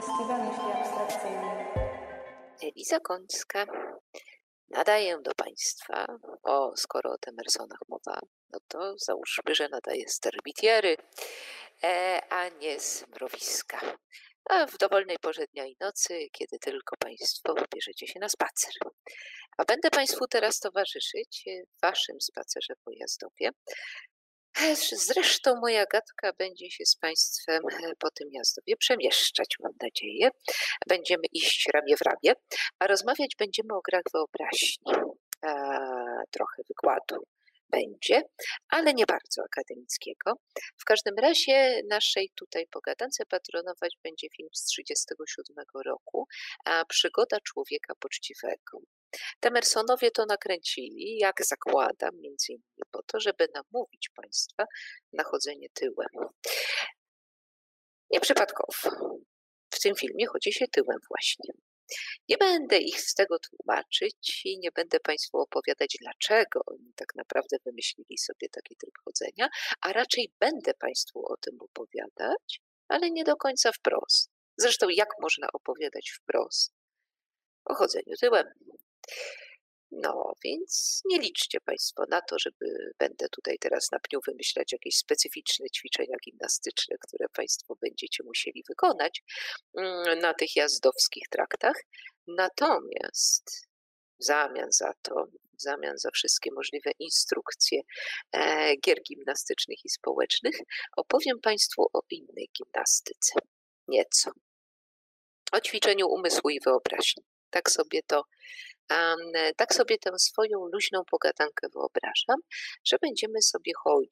Festiwal Myśli Abstrakcyjnej. Eliza Końska. Nadaję do Państwa, skoro o Temersonach mowa, no to załóżmy, że nadaję z Termitiery, a nie z mrowiska. A w dowolnej porze dnia i nocy, kiedy tylko Państwo wybierzecie się na spacer. A będę Państwu teraz towarzyszyć w Waszym spacerze po Jazdowie. Zresztą moja gadka będzie się z Państwem po tym Jazdowie przemieszczać, mam nadzieję. Będziemy iść ramię w ramię, a rozmawiać będziemy o grach wyobraźni. Trochę wykładu będzie, ale nie bardzo akademickiego. W każdym razie naszej tutaj pogadance patronować będzie film z 1937 roku, Przygoda człowieka poczciwego. Temersonowie to nakręcili, jak zakładam, między innymi po to, żeby namówić Państwa na chodzenie tyłem. Nieprzypadkowo. W tym filmie chodzi się tyłem właśnie. Nie będę ich z tego tłumaczyć i nie będę Państwu opowiadać, dlaczego oni tak naprawdę wymyślili sobie taki tryb chodzenia, a raczej będę Państwu o tym opowiadać, ale nie do końca wprost. Zresztą jak można opowiadać wprost o chodzeniu tyłem? No, więc nie liczcie Państwo na to, żeby będę tutaj teraz na pniu wymyślać jakieś specyficzne ćwiczenia gimnastyczne, które Państwo będziecie musieli wykonać na tych jazdowskich traktach. Natomiast w zamian za wszystkie możliwe instrukcje gier gimnastycznych i społecznych, opowiem Państwu o innej gimnastyce. Nieco. O ćwiczeniu umysłu i wyobraźni. Tak sobie tę swoją luźną pogadankę wyobrażam, że będziemy sobie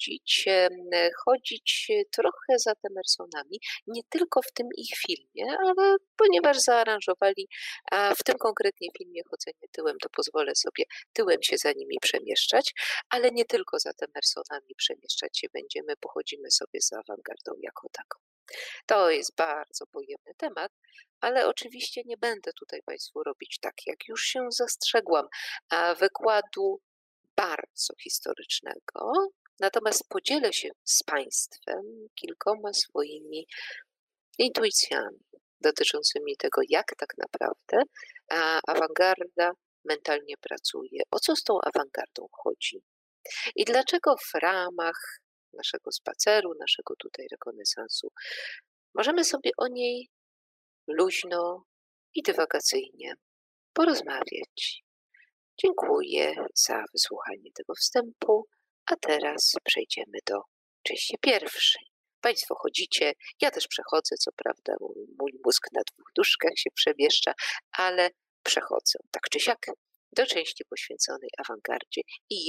chodzić trochę za Temersonami, nie tylko w tym ich filmie, ale ponieważ zaaranżowali w tym konkretnie filmie chodzenie tyłem, to pozwolę sobie tyłem się za nimi przemieszczać, ale nie tylko za Temersonami przemieszczać się będziemy, pochodzimy sobie za awangardą jako taką. To jest bardzo pojemny temat, ale oczywiście nie będę tutaj Państwu robić, tak jak już się zastrzegłam, wykładu bardzo historycznego, natomiast podzielę się z Państwem kilkoma swoimi intuicjami dotyczącymi tego, jak tak naprawdę awangarda mentalnie pracuje, o co z tą awangardą chodzi i dlaczego w ramach naszego spaceru, naszego tutaj rekonesansu możemy sobie o niej luźno i dywagacyjnie porozmawiać. Dziękuję za wysłuchanie tego wstępu, a teraz przejdziemy do części pierwszej. Państwo chodzicie, ja też przechodzę, co prawda mój mózg na dwóch nóżkach się przemieszcza, ale przechodzę tak czy siak do części poświęconej awangardzie i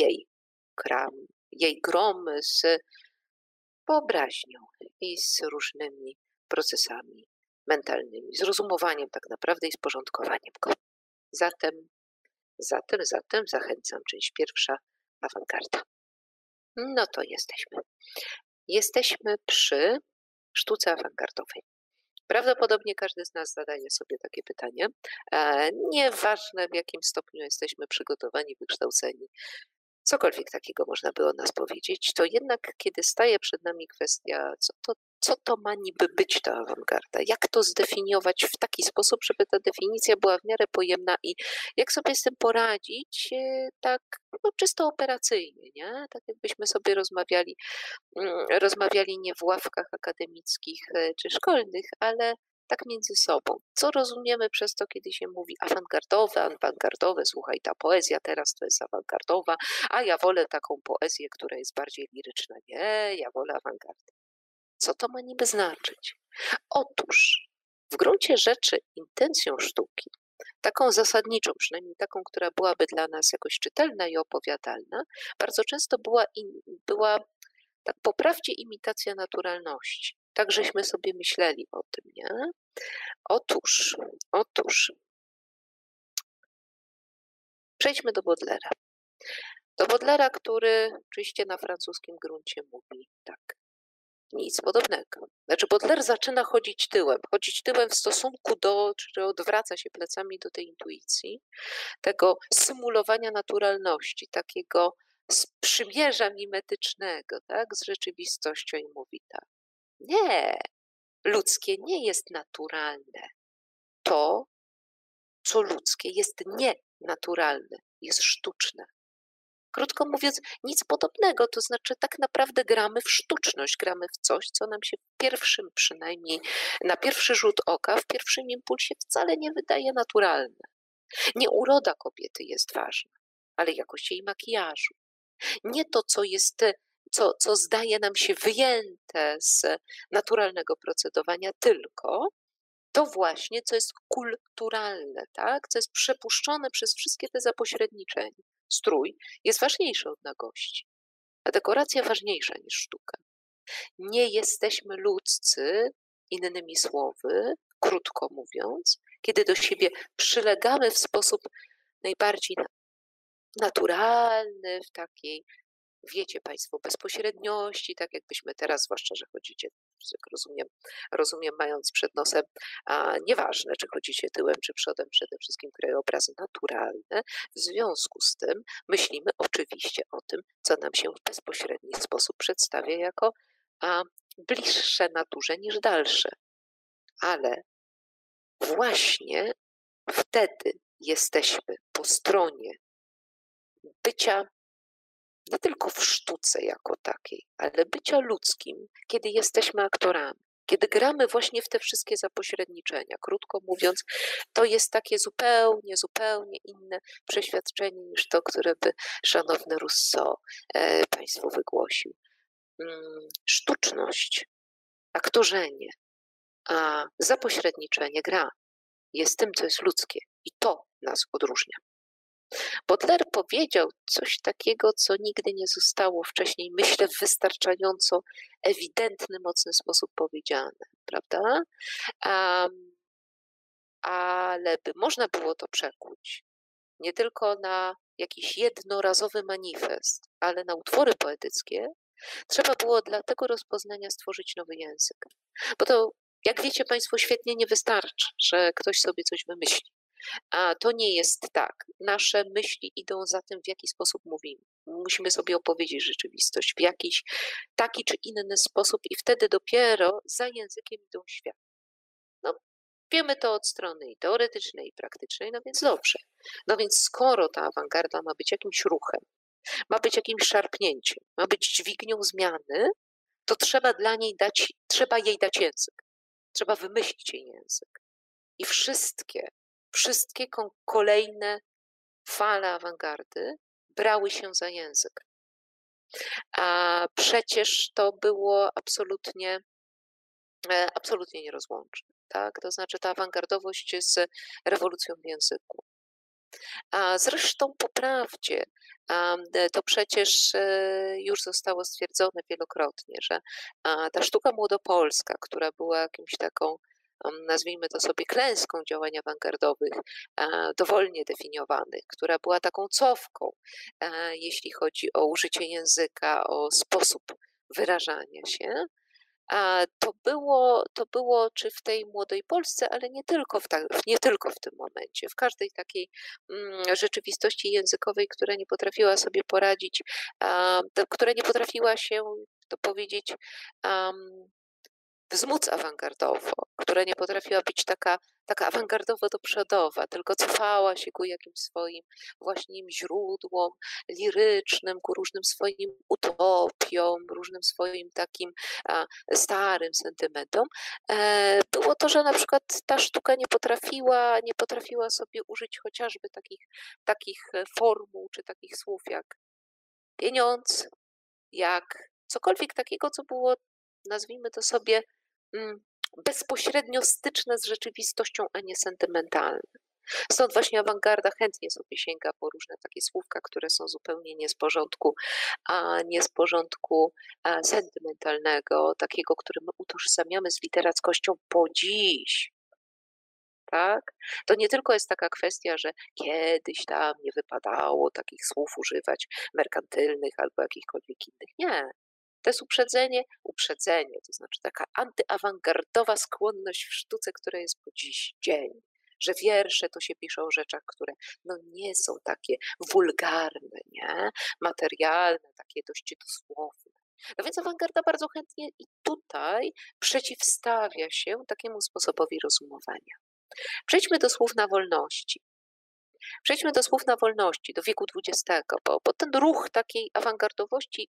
jej grom z wyobraźnią i z różnymi procesami mentalnymi, z rozumowaniem tak naprawdę i z porządkowaniem go. Zatem zachęcam, część pierwsza, awangarda. No to jesteśmy. Jesteśmy przy sztuce awangardowej. Prawdopodobnie każdy z nas zadaje sobie takie pytanie. Nieważne w jakim stopniu jesteśmy przygotowani, wykształceni, cokolwiek takiego można by o nas powiedzieć, to jednak kiedy staje przed nami kwestia, co to ma niby być ta awangarda, jak to zdefiniować w taki sposób, żeby ta definicja była w miarę pojemna i jak sobie z tym poradzić tak czysto operacyjnie, nie? Tak jakbyśmy sobie rozmawiali nie w ławkach akademickich czy szkolnych, ale tak między sobą. Co rozumiemy przez to, kiedy się mówi awangardowe, słuchaj, ta poezja teraz to jest awangardowa, a ja wolę taką poezję, która jest bardziej liryczna. Nie, ja wolę awangardę. Co to ma niby znaczyć? Otóż w gruncie rzeczy intencją sztuki, taką zasadniczą, przynajmniej taką, która byłaby dla nas jakoś czytelna i opowiadalna, bardzo często była tak po prawdzie imitacja naturalności. Tak żeśmy sobie myśleli o tym, nie? Otóż, przejdźmy do Baudelaire'a. Do Baudelaire'a, który oczywiście na francuskim gruncie mówi tak. Nic podobnego. Znaczy Baudelaire zaczyna chodzić tyłem w stosunku czy odwraca się plecami do tej intuicji, tego symulowania naturalności, takiego sprzymierza mimetycznego, tak, z rzeczywistością i mówi tak. Nie, ludzkie nie jest naturalne. To, co ludzkie, jest nienaturalne, jest sztuczne. Krótko mówiąc, nic podobnego, to znaczy tak naprawdę gramy w sztuczność, gramy w coś, co nam się w pierwszym przynajmniej, na pierwszy rzut oka, w pierwszym impulsie wcale nie wydaje naturalne. Nie uroda kobiety jest ważna, ale jakość jej makijażu. Nie to, co jest, co zdaje nam się wyjęte z naturalnego procedowania, tylko to właśnie, co jest kulturalne, tak? Co jest przepuszczone przez wszystkie te zapośredniczenia. Strój jest ważniejszy od nagości, a dekoracja ważniejsza niż sztuka. Nie jesteśmy ludzcy, innymi słowy, krótko mówiąc, kiedy do siebie przylegamy w sposób najbardziej naturalny, w takiej, wiecie Państwo, bezpośredniości, tak jakbyśmy teraz, zwłaszcza, że chodzicie, jak rozumiem, mając przed nosem, a nieważne, czy chodzicie tyłem, czy przodem, przede wszystkim krajobrazy naturalne. W związku z tym myślimy oczywiście o tym, co nam się w bezpośredni sposób przedstawia jako bliższe naturze niż dalsze. Ale właśnie wtedy jesteśmy po stronie bycia nie tylko w sztuce jako takiej, ale bycia ludzkim, kiedy jesteśmy aktorami, kiedy gramy właśnie w te wszystkie zapośredniczenia. Krótko mówiąc, to jest takie zupełnie inne przeświadczenie niż to, które by szanowny Rousseau Państwu wygłosił. Sztuczność, aktorzenie, a zapośredniczenie, gra jest tym, co jest ludzkie i to nas odróżnia. Baudelaire powiedział coś takiego, co nigdy nie zostało wcześniej, myślę, w wystarczająco ewidentny, mocny sposób powiedziane, prawda? Ale by można było to przekuć nie tylko na jakiś jednorazowy manifest, ale na utwory poetyckie, trzeba było dla tego rozpoznania stworzyć nowy język. Bo to, jak wiecie Państwo, świetnie nie wystarczy, że ktoś sobie coś wymyśli. A to nie jest tak. Nasze myśli idą za tym, w jaki sposób mówimy. Musimy sobie opowiedzieć rzeczywistość w jakiś taki czy inny sposób i wtedy dopiero za językiem idą świat. No, wiemy to od strony i teoretycznej, i praktycznej, no więc dobrze. No więc skoro ta awangarda ma być jakimś ruchem, ma być jakimś szarpnięciem, ma być dźwignią zmiany, to trzeba jej dać język. Trzeba wymyślić jej język. I wszystkie kolejne fale awangardy brały się za język. A przecież to było absolutnie nierozłączne. Tak? To znaczy ta awangardowość z rewolucją w języku. A zresztą po prawdzie, to przecież już zostało stwierdzone wielokrotnie, że ta sztuka młodopolska, która była jakimś taką, nazwijmy to sobie, klęską działań awangardowych, dowolnie definiowanych, która była taką cofką, jeśli chodzi o użycie języka, o sposób wyrażania się, a to było czy w tej młodej Polsce, ale nie tylko w tym momencie, w każdej takiej rzeczywistości językowej, która nie potrafiła sobie poradzić, która nie potrafiła się, to powiedzieć, wzmóc awangardowo, która nie potrafiła być taka awangardowo do przodowa, tylko cofała się ku jakimś swoim właśnie źródłom lirycznym, ku różnym swoim utopiom, różnym swoim takim starym sentymentom, było to, że na przykład ta sztuka nie potrafiła sobie użyć chociażby takich formuł czy takich słów jak pieniądz, jak cokolwiek takiego, co było, nazwijmy to sobie, bezpośrednio styczne z rzeczywistością, a nie sentymentalne. Stąd właśnie awangarda chętnie sobie sięga po różne takie słówka, które są zupełnie nie z porządku sentymentalnego, takiego, który my utożsamiamy z literackością po dziś. Tak? To nie tylko jest taka kwestia, że kiedyś tam nie wypadało takich słów używać merkantylnych albo jakichkolwiek innych. Nie. To jest uprzedzenie, to znaczy taka antyawangardowa skłonność w sztuce, która jest po dziś dzień, że wiersze to się pisze o rzeczach, które no nie są takie wulgarne, nie? Materialne, takie dość dosłowne. No więc awangarda bardzo chętnie i tutaj przeciwstawia się takiemu sposobowi rozumowania. Przejdźmy do słów na wolności. Przejdźmy do słów na wolności, do wieku XX, bo ten ruch takiej awangardowości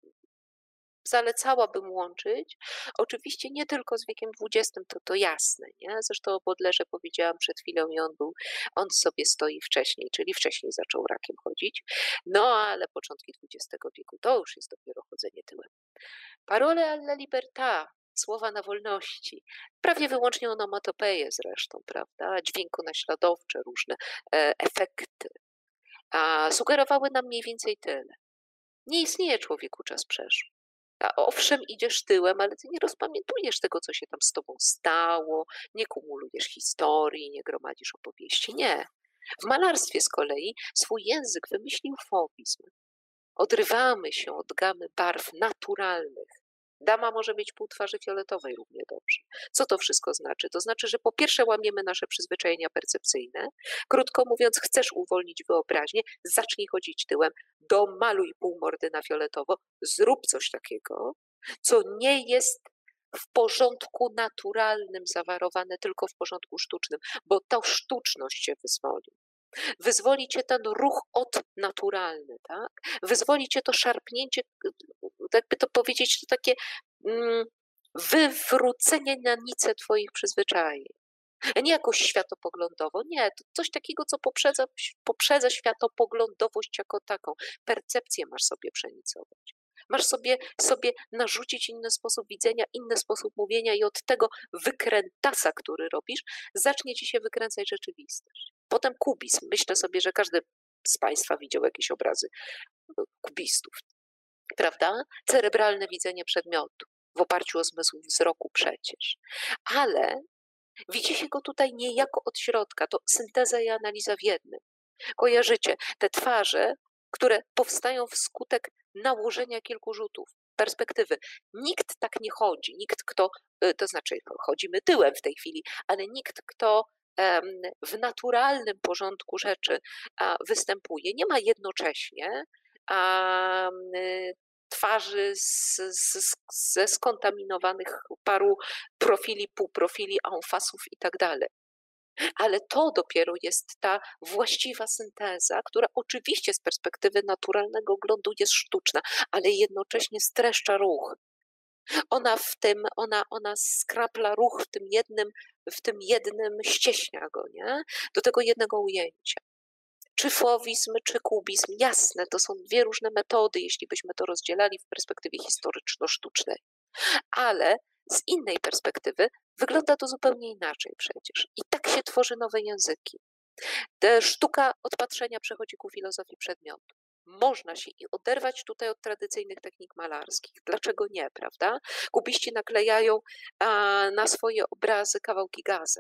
zalecałabym łączyć, oczywiście nie tylko z wiekiem XX, to jasne, nie? Zresztą o Baudelaire'ze powiedziałam przed chwilą i on sobie stoi wcześniej, czyli wcześniej zaczął rakiem chodzić, no ale początki XX wieku to już jest dopiero chodzenie tyłem. Parole alla libertà, słowa na wolności, prawie wyłącznie onomatopeje zresztą, prawda, dźwiękonaśladowcze, różne efekty, a sugerowały nam mniej więcej tyle. Nie istnieje człowieku czas przeszły. A owszem, idziesz tyłem, ale ty nie rozpamiętujesz tego, co się tam z tobą stało, nie kumulujesz historii, nie gromadzisz opowieści. Nie. W malarstwie z kolei swój język wymyślił fowizm. Odrywamy się od gamy barw naturalnych. Dama może mieć pół twarzy fioletowej równie dobrze. Co to wszystko znaczy? To znaczy, że po pierwsze łamiemy nasze przyzwyczajenia percepcyjne. Krótko mówiąc, chcesz uwolnić wyobraźnię, zacznij chodzić tyłem, domaluj pół mordy na fioletowo, zrób coś takiego, co nie jest w porządku naturalnym zawarowane, tylko w porządku sztucznym, bo ta sztuczność się wyzwoli. Wyzwoli cię ten ruch odnaturalny, tak? Wyzwoli cię to szarpnięcie, jakby to powiedzieć, to takie wywrócenie na nicę twoich przyzwyczajeń. Nie jakoś światopoglądowo, nie, to coś takiego, co poprzedza światopoglądowość jako taką. Percepcję masz sobie przenicować. Masz sobie narzucić inny sposób widzenia, inny sposób mówienia i od tego wykrętasa, który robisz, zacznie ci się wykręcać rzeczywistość. Potem kubizm. Myślę sobie, że każdy z Państwa widział jakieś obrazy kubistów, prawda? Cerebralne widzenie przedmiotu w oparciu o zmysł wzroku przecież. Ale widzi się go tutaj niejako od środka, to synteza i analiza w jednym. Kojarzycie te twarze, które powstają wskutek nałożenia kilku rzutów, perspektywy. Nikt tak nie chodzi, to znaczy chodzimy tyłem w tej chwili, ale nikt, kto w naturalnym porządku rzeczy występuje, nie ma jednocześnie twarzy ze skontaminowanych paru profili, półprofili, enfasów i tak dalej. Ale to dopiero jest ta właściwa synteza, która oczywiście z perspektywy naturalnego oglądu jest sztuczna, ale jednocześnie streszcza ruch. Ona skrapla ruch w tym jednym ścieśnia go, nie? Do tego jednego ujęcia. Czy fowizm, czy kubizm, jasne, to są dwie różne metody, jeśli byśmy to rozdzielali w perspektywie historyczno-sztucznej. Ale z innej perspektywy wygląda to zupełnie inaczej przecież. I tak się tworzy nowe języki. Sztuka odpatrzenia przechodzi ku filozofii przedmiotu. Można się i oderwać tutaj od tradycyjnych technik malarskich. Dlaczego nie, prawda? Kubiści naklejają na swoje obrazy kawałki gazet.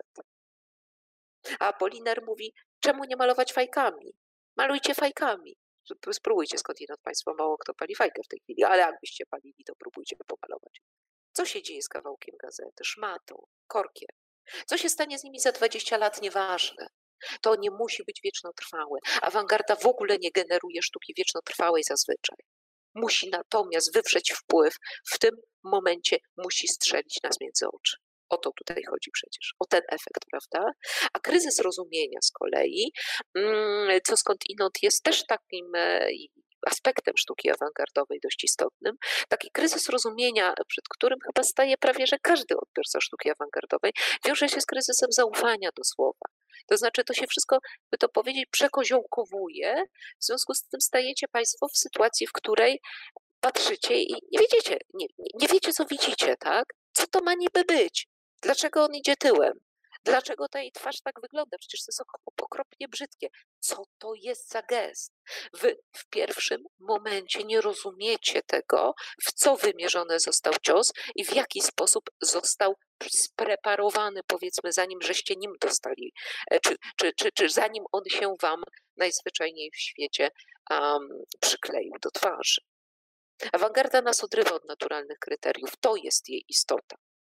A Apollinaire mówi, czemu nie malować fajkami? Malujcie fajkami. Spróbujcie skądinąd Państwo, mało kto pali fajkę w tej chwili, ale jakbyście palili, to próbujcie pomalować. Co się dzieje z kawałkiem gazety, szmatą, korkiem? Co się stanie z nimi za 20 lat? Nieważne. To nie musi być wiecznotrwałe. Awangarda w ogóle nie generuje sztuki wiecznotrwałej zazwyczaj. Musi natomiast wywrzeć wpływ, w tym momencie musi strzelić nas między oczy. O to tutaj chodzi przecież, o ten efekt, prawda? A kryzys rozumienia z kolei, co skądinąd jest też takim aspektem sztuki awangardowej dość istotnym, taki kryzys rozumienia, przed którym chyba staje prawie że każdy odbiorca sztuki awangardowej, wiąże się z kryzysem zaufania do słowa. To znaczy to się wszystko, by to powiedzieć, przekoziołkowuje, w związku z tym stajecie Państwo w sytuacji, w której patrzycie i nie wiecie, co widzicie, tak? Co to ma niby być? Dlaczego on idzie tyłem? Dlaczego ta jej twarz tak wygląda? Przecież to jest okropnie brzydkie. Co to jest za gest? Wy w pierwszym momencie nie rozumiecie tego, w co wymierzony został cios i w jaki sposób został spreparowany, powiedzmy, zanim żeście nim dostali, czy zanim on się wam najzwyczajniej w świecie przykleił do twarzy. Awangarda nas odrywa od naturalnych kryteriów. To jest jej istota.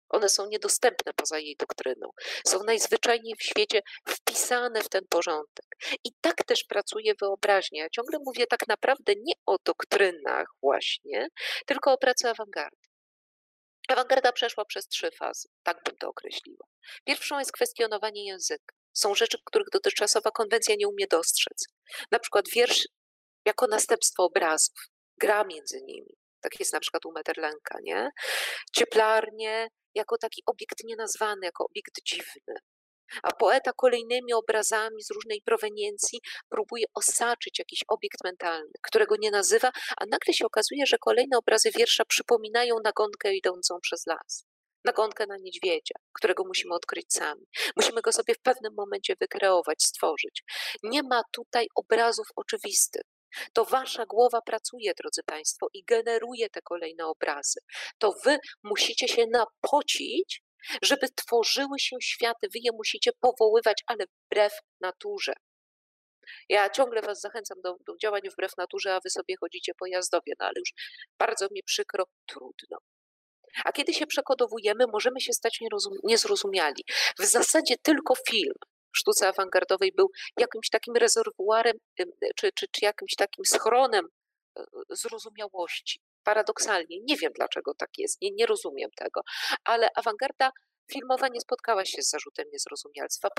One są niedostępne poza jej doktryną. Są najzwyczajniej w świecie wpisane w ten porządek. I tak też pracuje wyobraźnia. Ja ciągle mówię tak naprawdę nie o doktrynach właśnie, tylko o pracy awangardy. Awangarda przeszła przez 3 fazy, tak bym to określiła. Pierwszą jest kwestionowanie języka. Są rzeczy, których dotychczasowa konwencja nie umie dostrzec. Na przykład wiersz jako następstwo obrazów, gra między nimi. Tak jest na przykład u Metterlenka, nie? Cieplarnie jako taki obiekt nienazwany, jako obiekt dziwny. A poeta kolejnymi obrazami z różnej proweniencji próbuje osaczyć jakiś obiekt mentalny, którego nie nazywa, a nagle się okazuje, że kolejne obrazy wiersza przypominają nagonkę idącą przez las. Nagonkę na niedźwiedzia, którego musimy odkryć sami. Musimy go sobie w pewnym momencie wykreować, stworzyć. Nie ma tutaj obrazów oczywistych. To wasza głowa pracuje, drodzy Państwo, i generuje te kolejne obrazy. To wy musicie się napocić, żeby tworzyły się światy. Wy je musicie powoływać, ale wbrew naturze. Ja ciągle was zachęcam do działań wbrew naturze, a wy sobie chodzicie po Jazdowie, no ale już bardzo mi przykro, trudno. A kiedy się przekodowujemy, możemy się stać niezrozumiali. W zasadzie tylko film w sztuce awangardowej był jakimś takim rezerwuarem, czy jakimś takim schronem zrozumiałości. Paradoksalnie, nie wiem dlaczego tak jest, nie rozumiem tego, ale awangarda filmowa nie spotkała się z zarzutem niezrozumialstwa.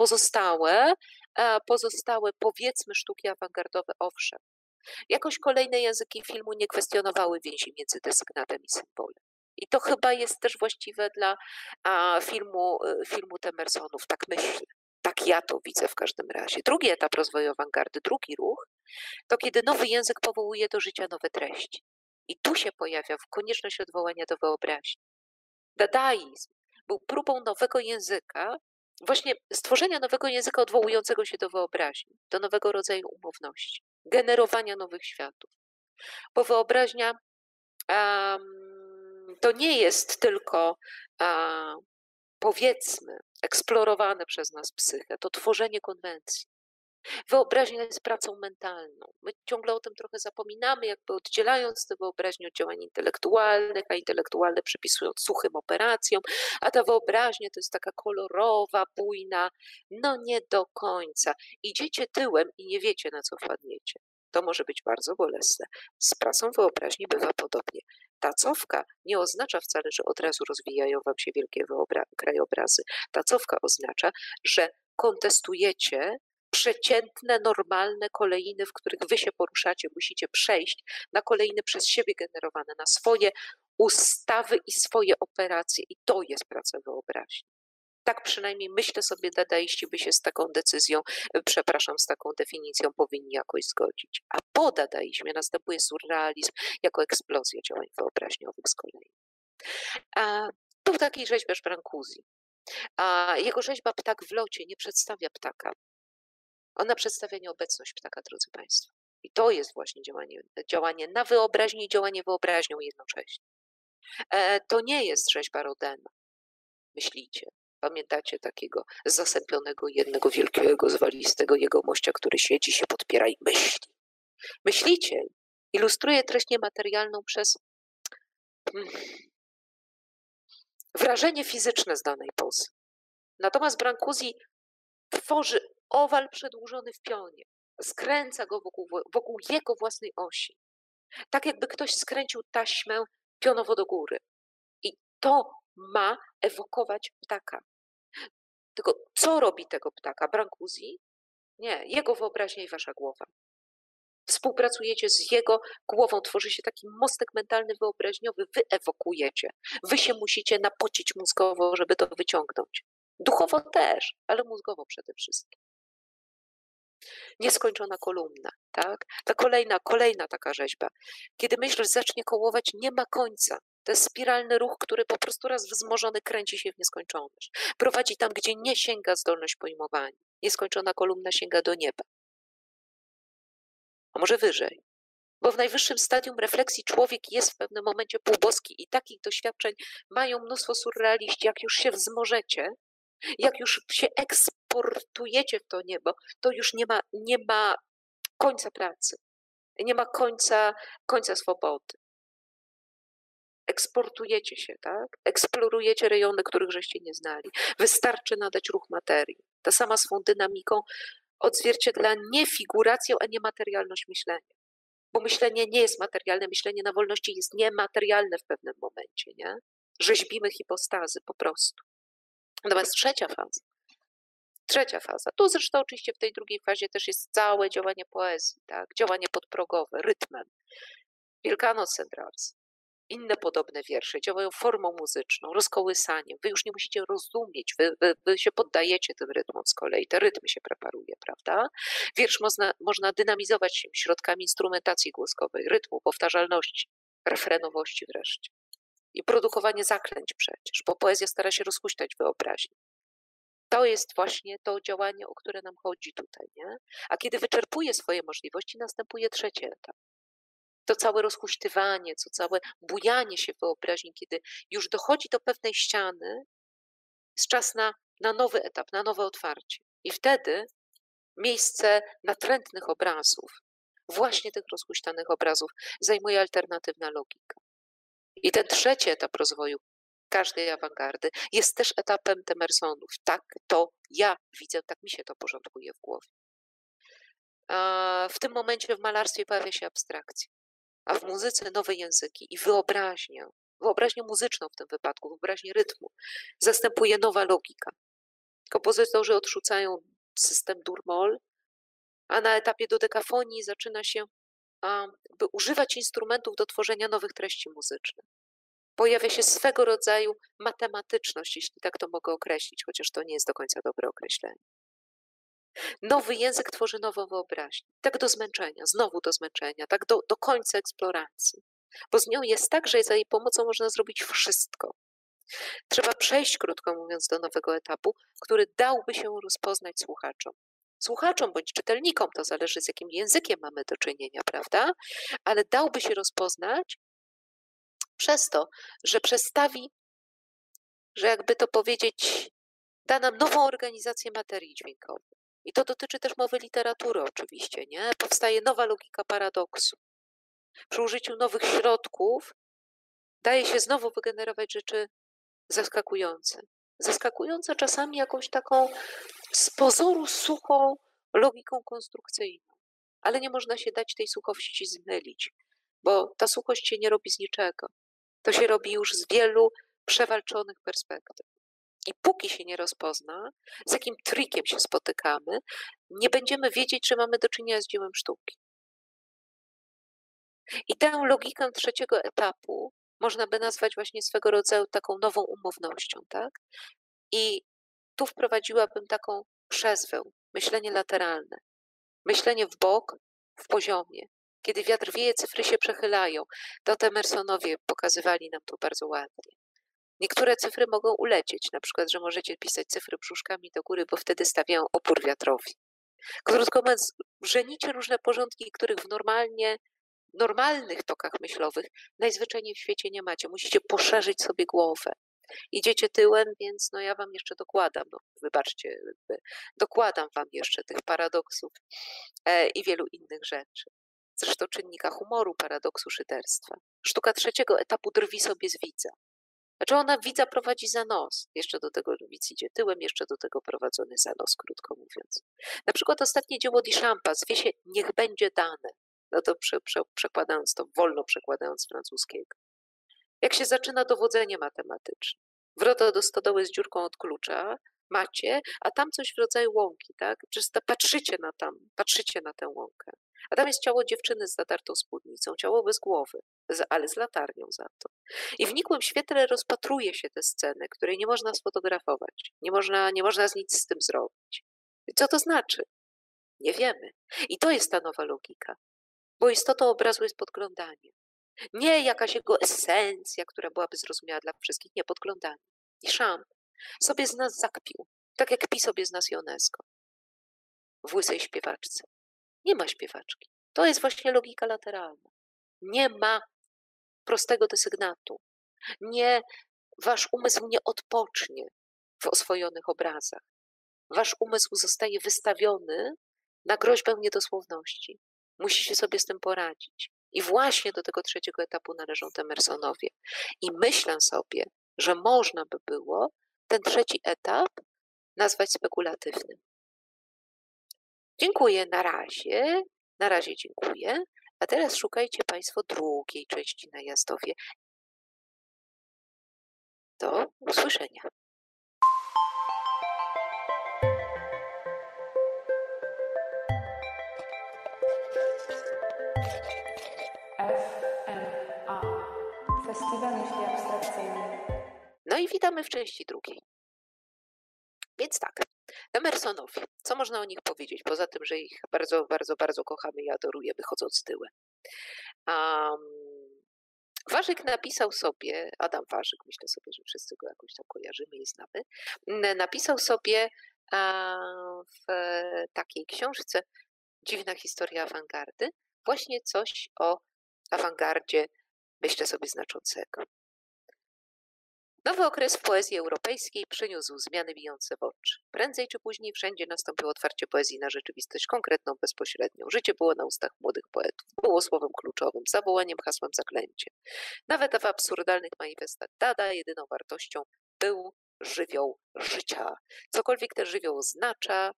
Pozostałe powiedzmy sztuki awangardowe, owszem. Jakoś kolejne języki filmu nie kwestionowały więzi między desygnatem i symbolem. I to chyba jest też właściwe dla filmu Temersonów, tak myślę. Tak ja to widzę w każdym razie. Drugi etap rozwoju awangardy, drugi ruch, to kiedy nowy język powołuje do życia nowe treści. I tu się pojawia konieczność odwołania do wyobraźni. Dadaizm był próbą nowego języka, właśnie stworzenia nowego języka odwołującego się do wyobraźni, do nowego rodzaju umowności, generowania nowych światów. Bo wyobraźnia to nie jest tylko powiedzmy eksplorowane przez nas psychę, to tworzenie konwencji. Wyobraźnia jest pracą mentalną. My ciągle o tym trochę zapominamy, jakby oddzielając tę wyobraźnię od działań intelektualnych, a intelektualne przypisując suchym operacjom, a ta wyobraźnia to jest taka kolorowa, bujna. No nie do końca. Idziecie tyłem i nie wiecie, na co wpadniecie. To może być bardzo bolesne. Z pracą wyobraźni bywa podobnie. Ta cofka nie oznacza wcale, że od razu rozwijają wam się wielkie krajobrazy. Ta cofka oznacza, że kontestujecie przeciętne, normalne kolejny, w których wy się poruszacie, musicie przejść na kolejny przez siebie generowane, na swoje ustawy i swoje operacje. I to jest praca wyobraźni. Tak przynajmniej myślę sobie, dadaiści by się z taką decyzją, z taką definicją powinni jakoś zgodzić. A po dadaizmie następuje surrealizm jako eksplozja działań wyobraźniowych z kolei. Był taki rzeźbiarz Brancusi. Jego rzeźba Ptak w locie nie przedstawia ptaka. Ona przedstawia nieobecność ptaka, drodzy Państwo. I to jest właśnie działanie na wyobraźni i działanie wyobraźnią jednocześnie. To nie jest rzeźba Rodena. Myślicie. Pamiętacie takiego zasępionego jednego wielkiego, zwalistego jegomościa, który siedzi, się podpiera i myśli. Myśliciel ilustruje treść niematerialną przez wrażenie fizyczne z danej pozy. Natomiast Brancusi tworzy owal przedłużony w pionie. Skręca go wokół jego własnej osi. Tak jakby ktoś skręcił taśmę pionowo do góry. I to ma ewokować ptaka. Tylko co robi tego ptaka? Brancusi? Nie, jego wyobraźnia i wasza głowa. Współpracujecie z jego głową, tworzy się taki mostek mentalny, wyobraźniowy, wy ewokujecie. Wy się musicie napocić mózgowo, żeby to wyciągnąć. Duchowo też, ale mózgowo przede wszystkim. Nieskończona kolumna, tak? Ta kolejna taka rzeźba. Kiedy myśl zacznie kołować, nie ma końca. To jest spiralny ruch, który po prostu raz wzmożony kręci się w nieskończoność. Prowadzi tam, gdzie nie sięga zdolność pojmowania. Nieskończona kolumna sięga do nieba. A może wyżej. Bo w najwyższym stadium refleksji człowiek jest w pewnym momencie półboski i takich doświadczeń mają mnóstwo surrealiści. Jak już się wzmożecie, jak już się eksportujecie w to niebo, to już nie ma końca pracy. Nie ma końca swobody. eksportujecie się, tak? Eksplorujecie rejony, których żeście nie znali. Wystarczy nadać ruch materii. Ta sama swą dynamiką odzwierciedla nie figurację, a nie materialność myślenia. Bo myślenie nie jest materialne, myślenie na wolności jest niematerialne w pewnym momencie, nie? Rzeźbimy hipostazy po prostu. Natomiast trzecia faza, tu zresztą oczywiście w tej drugiej fazie też jest całe działanie poezji, tak? Działanie podprogowe, rytmem. Wielkanoc Centrals, inne podobne wiersze działają formą muzyczną, rozkołysaniem. Wy już nie musicie rozumieć, wy się poddajecie tym rytmom z kolei, te rytmy się preparuje, prawda? Wiersz można dynamizować środkami instrumentacji głoskowej, rytmu, powtarzalności, refrenowości wreszcie. I produkowanie zaklęć przecież, bo poezja stara się rozhuśtać wyobraźnię. To jest właśnie to działanie, o które nam chodzi tutaj, nie? A kiedy wyczerpuje swoje możliwości, następuje trzeci etap. To całe rozhuśtywanie, to całe bujanie się wyobraźni, kiedy już dochodzi do pewnej ściany, jest czas na nowy etap, na nowe otwarcie. I wtedy miejsce natrętnych obrazów, właśnie tych rozhuśtanych obrazów, zajmuje alternatywna logika. I ten trzeci etap rozwoju każdej awangardy jest też etapem Temersonów. Tak to ja widzę, tak mi się to porządkuje w głowie. A w tym momencie w malarstwie pojawia się abstrakcja, a w muzyce nowe języki i wyobraźnię muzyczną w tym wypadku, wyobraźnię rytmu, zastępuje nowa logika. Kompozytorzy odrzucają system dur-moll, a na etapie dodekafonii zaczyna się by używać instrumentów do tworzenia nowych treści muzycznych. Pojawia się swego rodzaju matematyczność, jeśli tak to mogę określić, chociaż to nie jest do końca dobre określenie. Nowy język tworzy nową wyobraźnię, tak do zmęczenia, znowu do zmęczenia, tak do końca eksploracji. Bo z nią jest tak, że za jej pomocą można zrobić wszystko. Trzeba przejść, krótko mówiąc, do nowego etapu, który dałby się rozpoznać słuchaczom. Słuchaczom bądź czytelnikom, to zależy z jakim językiem mamy do czynienia, prawda? Ale dałby się rozpoznać przez to, że przedstawi, że jakby to powiedzieć, da nam nową organizację materii dźwiękowej. I to dotyczy też mowy literatury oczywiście, nie? Powstaje nowa logika paradoksu. Przy użyciu nowych środków daje się znowu wygenerować rzeczy zaskakujące. Zaskakujące czasami jakąś taką z pozoru suchą logiką konstrukcyjną. Ale nie można się dać tej suchości zmylić, bo ta suchość się nie robi z niczego. To się robi już z wielu przewalczonych perspektyw. I póki się nie rozpozna, z jakim trikiem się spotykamy, nie będziemy wiedzieć, że mamy do czynienia z dziełem sztuki. I tę logikę trzeciego etapu można by nazwać właśnie swego rodzaju taką nową umownością, tak? I tu wprowadziłabym taką przezwę, myślenie lateralne, myślenie w bok, w poziomie. Kiedy wiatr wieje, cyfry się przechylają. To Temersonowie pokazywali nam to bardzo ładnie. Niektóre cyfry mogą ulecieć, na przykład, że możecie pisać cyfry brzuszkami do góry, bo wtedy stawiają opór wiatrowi. Krótko mówiąc, żenicie różne porządki, których w normalnych tokach myślowych najzwyczajniej w świecie nie macie. Musicie poszerzyć sobie głowę. Idziecie tyłem, więc no ja wam jeszcze dokładam, no wybaczcie, dokładam wam jeszcze tych paradoksów i wielu innych rzeczy. Zresztą czynnika humoru, paradoksu, szyderstwa. Sztuka trzeciego etapu drwi sobie z widza. Znaczy ona widza prowadzi za nos. Jeszcze do tego widz idzie tyłem, jeszcze do tego prowadzony za nos, krótko mówiąc. Na przykład ostatnie dzieło Duchampa zwie się Niech będzie dane. No to przekładając to, wolno przekładając z francuskiego. Jak się zaczyna dowodzenie matematyczne. Wrota do stodoły z dziurką od klucza macie, a tam coś w rodzaju łąki, tak? Przecież patrzycie na tę łąkę. A tam jest ciało dziewczyny z zadartą spódnicą, ciało bez głowy, ale z latarnią za to. I w nikłym świetle rozpatruje się tę scenę, której nie można sfotografować. Nie można z nic z tym zrobić. I co to znaczy? Nie wiemy. I to jest ta nowa logika. Bo istotą obrazu jest podglądanie. Nie jakaś jego esencja, która byłaby zrozumiała dla wszystkich, nie podglądanie. Duchamp sobie z nas zakpił, tak jak kpi sobie z nas UNESCO w Łysej Śpiewaczce. Nie ma śpiewaczki. To jest właśnie logika lateralna. Nie ma prostego desygnatu. Wasz umysł nie odpocznie w oswojonych obrazach. Wasz umysł zostaje wystawiony na groźbę niedosłowności. Musicie sobie z tym poradzić. I właśnie do tego trzeciego etapu należą Temersonowie. I myślę sobie, że można by było ten trzeci etap nazwać spekulatywnym. Dziękuję na razie. Na razie dziękuję. A teraz szukajcie Państwo drugiej części Najazdowie. Do usłyszenia. FMA. Festiwal Myśli Abstrakcyjnej. No i witamy w części drugiej. Więc tak, Emersonowie, co można o nich powiedzieć, poza tym, że ich bardzo, bardzo, bardzo kochamy i adorujemy, chodząc tyłem. Warzyk napisał sobie, Adam Warzyk, myślę sobie, że wszyscy go jakoś tam kojarzymy i znamy, napisał sobie w takiej książce Dziwna historia awangardy właśnie coś o awangardzie, myślę sobie, znaczącego. Nowy okres w poezji europejskiej przyniósł zmiany bijące w oczy. Prędzej czy później wszędzie nastąpiło otwarcie poezji na rzeczywistość konkretną, bezpośrednią. Życie było na ustach młodych poetów. Było słowem kluczowym, zawołaniem, hasłem, zaklęciem. Nawet w absurdalnych manifestach Dada jedyną wartością był żywioł życia. Cokolwiek ten żywioł oznacza,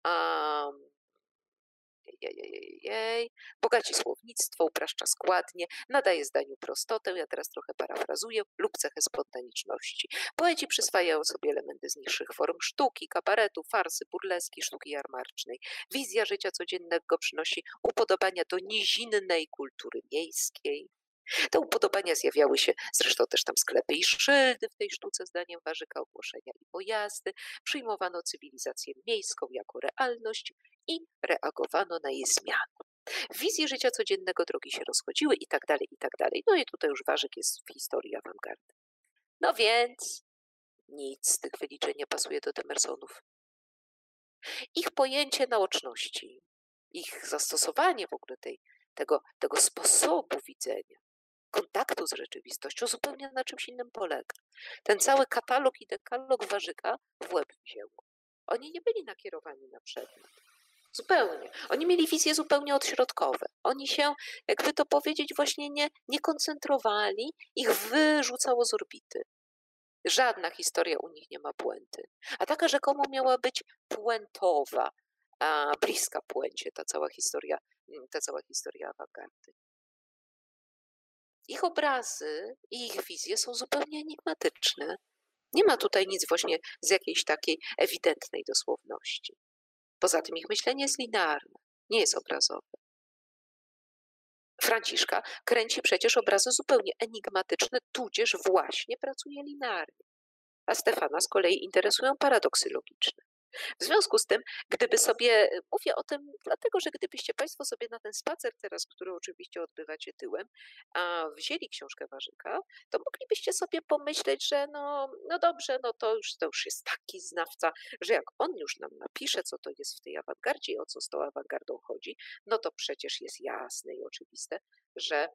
bogaci słownictwo, upraszcza składnie, nadaje zdaniu prostotę, ja teraz trochę parafrazuję, lub cechę spontaniczności. Poeci przyswajają sobie elementy z niższych form sztuki, kabaretu, farsy, burleski, sztuki jarmarcznej. Wizja życia codziennego przynosi upodobania do nizinnej kultury miejskiej. Te upodobania zjawiały się, zresztą też tam sklepy i szyldy w tej sztuce, zdaniem Warzyka, ogłoszenia i pojazdy. Przyjmowano cywilizację miejską jako realność i reagowano na jej zmiany. W wizji życia codziennego drogi się rozchodziły i tak dalej, i tak dalej. No i tutaj już Warzyk jest w historii awangardy. No więc nic z tych wyliczeń nie pasuje do Temersonów. Ich pojęcie naoczności, ich zastosowanie w ogóle tego sposobu widzenia, kontaktu z rzeczywistością zupełnie na czymś innym polega. Ten cały katalog i dekalog Warzyka w łeb wzięło. Oni nie byli nakierowani na przedmiot. Zupełnie. Oni mieli wizje zupełnie odśrodkowe. Oni się, jakby to powiedzieć, właśnie nie koncentrowali, ich wyrzucało z orbity. Żadna historia u nich nie ma puenty. A taka rzekomo miała być puentowa, bliska puencie ta cała historia awangardy. Ich obrazy i ich wizje są zupełnie enigmatyczne. Nie ma tutaj nic właśnie z jakiejś takiej ewidentnej dosłowności. Poza tym ich myślenie jest linearne, nie jest obrazowe. Franciszka kręci przecież obrazy zupełnie enigmatyczne, tudzież właśnie pracuje linearnie. A Stefana z kolei interesują paradoksy logiczne. W związku z tym, gdyby sobie, mówię o tym dlatego, że gdybyście Państwo sobie na ten spacer teraz, który oczywiście odbywacie tyłem, wzięli książkę Warzyka, to moglibyście sobie pomyśleć, że no dobrze, no to już jest taki znawca, że jak on już nam napisze, co to jest w tej awangardzie i o co z tą awangardą chodzi, no to przecież jest jasne i oczywiste, że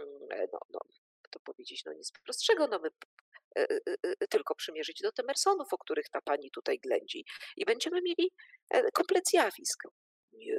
to powiedzieć, nic prostszego, my tylko przymierzyć do Temersonów, o których ta pani tutaj ględzi i będziemy mieli komplet zjawisk. Nie,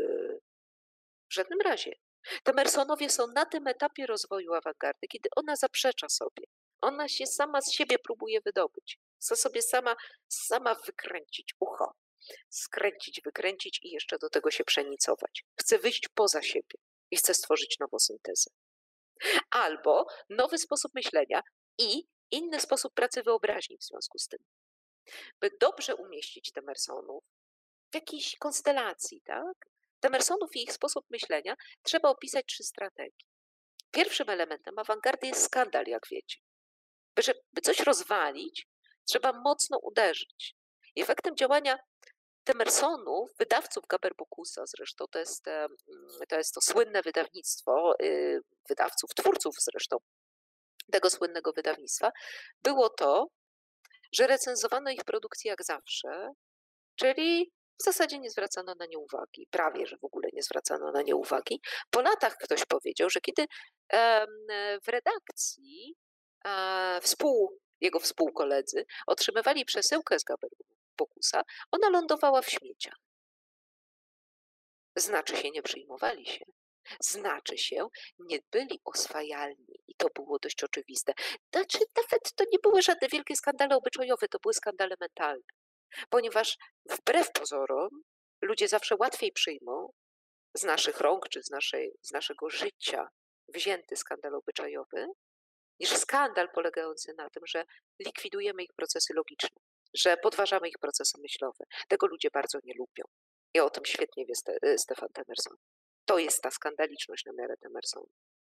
w żadnym razie. Temersonowie są na tym etapie rozwoju awangardy, kiedy ona zaprzecza sobie. Ona się sama z siebie próbuje wydobyć. Chce sobie sama wykręcić ucho. Skręcić, wykręcić i jeszcze do tego się przenicować. Chce wyjść poza siebie i chce stworzyć nową syntezę. Albo nowy sposób myślenia i inny sposób pracy wyobraźni w związku z tym. By dobrze umieścić Temersonów w jakiejś konstelacji, tak? Temersonów i ich sposób myślenia trzeba opisać 3 strategie. Pierwszym elementem awangardy jest skandal, jak wiecie. By coś rozwalić, trzeba mocno uderzyć. I efektem działania Temersonów, wydawców Gaberbokusa zresztą, to jest to słynne wydawnictwo wydawców, twórców zresztą tego słynnego wydawnictwa, było to, że recenzowano ich produkcje jak zawsze, czyli w zasadzie nie zwracano na nie uwagi, prawie że w ogóle nie zwracano na nie uwagi. Po latach ktoś powiedział, że kiedy w redakcji jego współkoledzy otrzymywali przesyłkę z Gaberbokusa, ona lądowała w śmieciach. Znaczy się nie przyjmowali się. Znaczy się, nie byli oswajalni i to było dość oczywiste. Znaczy, nawet to nie były żadne wielkie skandale obyczajowe, to były skandale mentalne, ponieważ wbrew pozorom ludzie zawsze łatwiej przyjmą z naszych rąk czy z naszego życia wzięty skandal obyczajowy, niż skandal polegający na tym, że likwidujemy ich procesy logiczne, że podważamy ich procesy myślowe. Tego ludzie bardzo nie lubią. I o tym świetnie wie Stefan Temerson. To jest ta skandaliczność na miarę Temersona.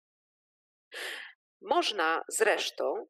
Można zresztą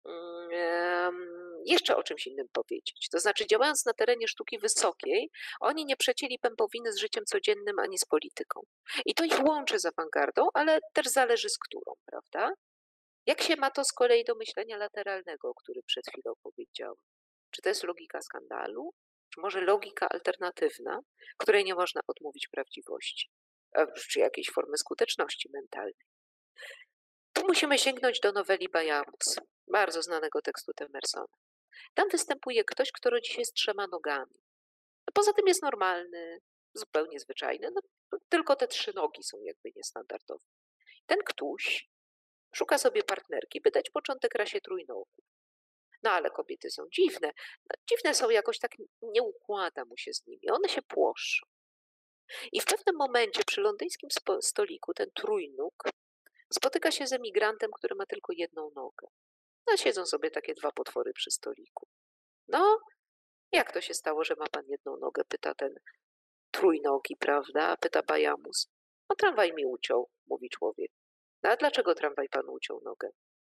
jeszcze o czymś innym powiedzieć. To znaczy, działając na terenie sztuki wysokiej, oni nie przecięli pępowiny z życiem codziennym ani z polityką. I to ich łączy z awangardą, ale też zależy z którą, prawda? Jak się ma to z kolei do myślenia lateralnego, o którym przed chwilą powiedziałam? Czy to jest logika skandalu? Czy może logika alternatywna, której nie można odmówić prawdziwości, czy jakiejś formy skuteczności mentalnej? Tu musimy sięgnąć do noweli Bajamus, bardzo znanego tekstu Temersona. Tam występuje ktoś, kto rodzi się z 3 nogami. Poza tym jest normalny, zupełnie zwyczajny, no, tylko te 3 nogi są jakby niestandardowe. Ten ktoś szuka sobie partnerki, by dać początek rasie trójnogów. No ale kobiety są dziwne. No, dziwne są jakoś tak, nie układa mu się z nimi. One się płoszczą. I w pewnym momencie przy londyńskim stoliku ten trójnóg spotyka się z emigrantem, który ma tylko jedną nogę. No siedzą sobie takie 2 potwory przy stoliku. No, jak to się stało, że ma pan jedną nogę? Pyta ten trójnogi, prawda? Pyta Bajamus. No tramwaj mi uciął, mówi człowiek. No a dlaczego tramwaj panu uciął nogę?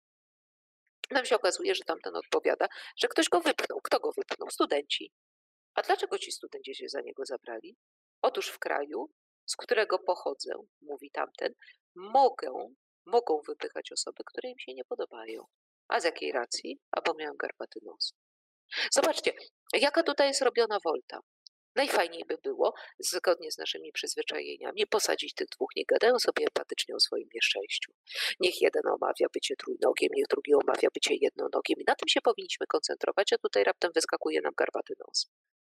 Nam się okazuje, że tamten odpowiada, że ktoś go wypchnął. Kto go wypchnął? Studenci. A dlaczego ci studenci się za niego zabrali? Otóż w kraju, z którego pochodzę, mówi tamten, mogą wypychać osoby, które im się nie podobają. A z jakiej racji? A bo miałem garbaty nos. Zobaczcie, jaka tutaj jest robiona wolta. Najfajniej by było, zgodnie z naszymi przyzwyczajeniami, posadzić tych 2, niech gadają sobie empatycznie o swoim nieszczęściu. Niech jeden omawia bycie trójnogiem, niech drugi omawia bycie jednonogiem. I na tym się powinniśmy koncentrować, a tutaj raptem wyskakuje nam garbaty nos.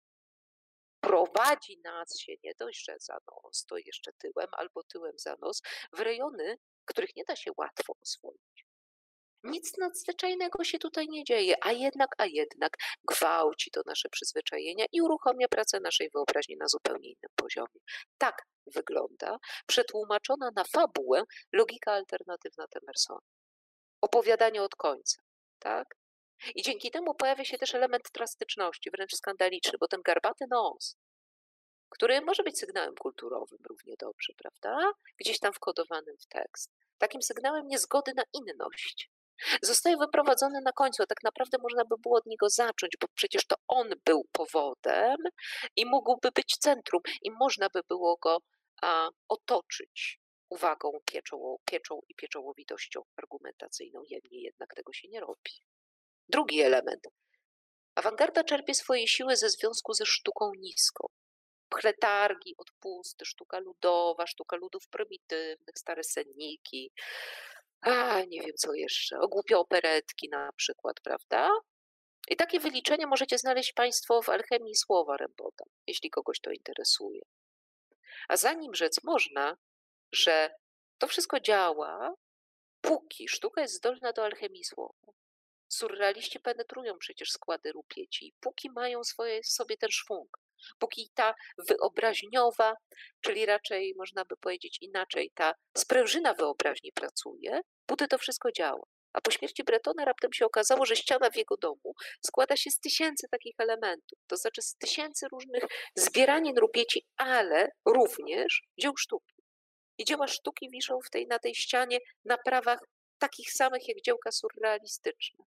Prowadzi nas się nie dość, że za nos, to jeszcze tyłem albo tyłem za nos, w rejony, których nie da się łatwo oswoić. Nic nadzwyczajnego się tutaj nie dzieje, a jednak gwałci to nasze przyzwyczajenia i uruchamia pracę naszej wyobraźni na zupełnie innym poziomie. Tak wygląda przetłumaczona na fabułę logika alternatywna Temersona. Opowiadanie od końca, tak? I dzięki temu pojawia się też element drastyczności, wręcz skandaliczny, bo ten garbaty nos, który może być sygnałem kulturowym równie dobrze, prawda? Gdzieś tam wkodowanym w tekst. Takim sygnałem niezgody na inność. Zostaje wyprowadzony na końcu, a tak naprawdę można by było od niego zacząć, bo przecież to on był powodem i mógłby być centrum i można by było go otoczyć uwagą, pieczą i pieczołowitością argumentacyjną. Niemniej jednak tego się nie robi. Drugi element. Awangarda czerpie swoje siły ze związku ze sztuką niską. Pchletargi, odpusty, sztuka ludowa, sztuka ludów prymitywnych, stare senniki, nie wiem co jeszcze, ogłupie operetki na przykład, prawda? I takie wyliczenia możecie znaleźć Państwo w Alchemii słowa Rembota, jeśli kogoś to interesuje. A zanim rzec można, że to wszystko działa, póki sztuka jest zdolna do alchemii słowa. Surrealiści penetrują przecież składy rupieci, póki mają sobie ten szwung, póki ta wyobraźniowa, czyli raczej można by powiedzieć inaczej, ta sprężyna wyobraźni pracuje, póty to wszystko działa. A po śmierci Bretona raptem się okazało, że ściana w jego domu składa się z 1000 takich elementów, to znaczy z 1000 różnych zbieranin rupieci, ale również dzieł sztuki. I dzieła sztuki wiszą na tej ścianie na prawach takich samych jak dziełka surrealistyczne.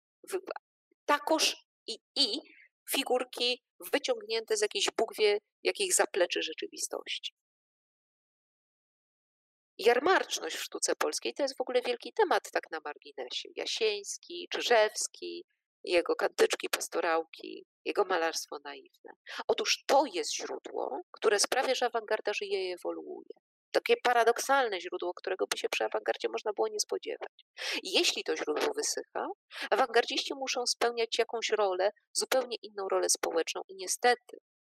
Takoż i figurki wyciągnięte z jakiejś Bóg wie jakich zapleczy rzeczywistości. Jarmarczność w sztuce polskiej to jest w ogóle wielki temat tak na marginesie. Jasieński, Czyżewski, jego kantyczki, pastorałki, jego malarstwo naiwne. Otóż to jest źródło, które sprawia, że awangarda żyje i ewoluuje. Takie paradoksalne źródło, którego by się przy awangardzie można było nie spodziewać. I jeśli to źródło wysycha, awangardziści muszą spełniać jakąś rolę, zupełnie inną rolę społeczną i niestety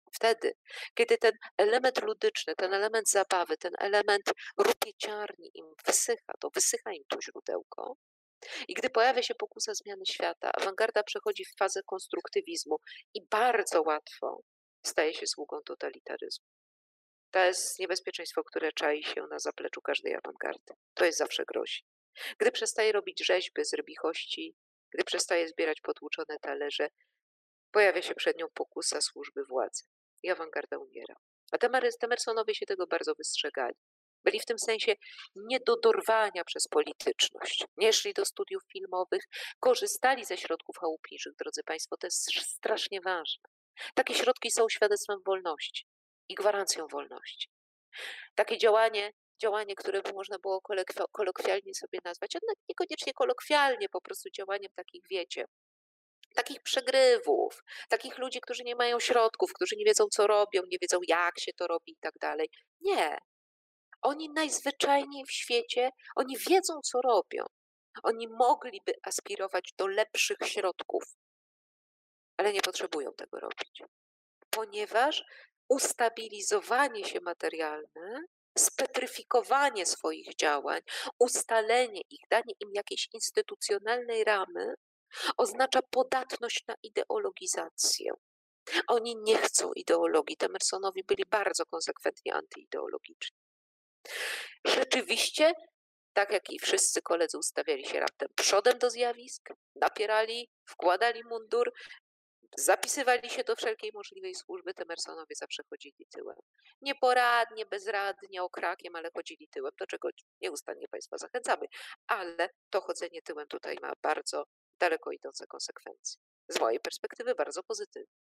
Wtedy, kiedy ten element ludyczny, ten element zabawy, ten element rupieciarni im wysycha, to wysycha im to źródełko. I gdy pojawia się pokusa zmiany świata, awangarda przechodzi w fazę konstruktywizmu i bardzo łatwo staje się sługą totalitaryzmu. To jest niebezpieczeństwo, które czai się na zapleczu każdej awangardy. To jest zawsze grozi. Gdy przestaje robić rzeźby z rybikości, gdy przestaje zbierać potłuczone talerze, pojawia się przed nią pokusa służby władzy i awangarda umiera. A Temersonowie się tego bardzo wystrzegali. Byli w tym sensie nie do dorwania przez polityczność. Nie szli do studiów filmowych, korzystali ze środków chałupniczych, drodzy Państwo, to jest strasznie ważne. Takie środki są świadectwem wolności i gwarancją wolności. Takie działanie, które by można było kolokwialnie sobie nazwać, a niekoniecznie kolokwialnie, po prostu działaniem takich, wiecie, takich przegrywów, takich ludzi, którzy nie mają środków, którzy nie wiedzą, co robią, nie wiedzą, jak się to robi i tak dalej. Nie. Oni najzwyczajniej w świecie, oni wiedzą, co robią. Oni mogliby aspirować do lepszych środków, ale nie potrzebują tego robić, ponieważ ustabilizowanie się materialne, spetryfikowanie swoich działań, ustalenie ich, danie im jakiejś instytucjonalnej ramy oznacza podatność na ideologizację. Oni nie chcą ideologii. Temersonowi byli bardzo konsekwentnie antyideologiczni. Rzeczywiście, tak jak i wszyscy koledzy ustawiali się raptem przodem do zjawisk, napierali, wkładali mundur, zapisywali się do wszelkiej możliwej służby, Temersonowie zawsze chodzili tyłem. Nieporadnie, bezradnie, okrakiem, ale chodzili tyłem, do czego nieustannie Państwa zachęcamy. Ale to chodzenie tyłem tutaj ma bardzo daleko idące konsekwencje. Z mojej perspektywy bardzo pozytywne.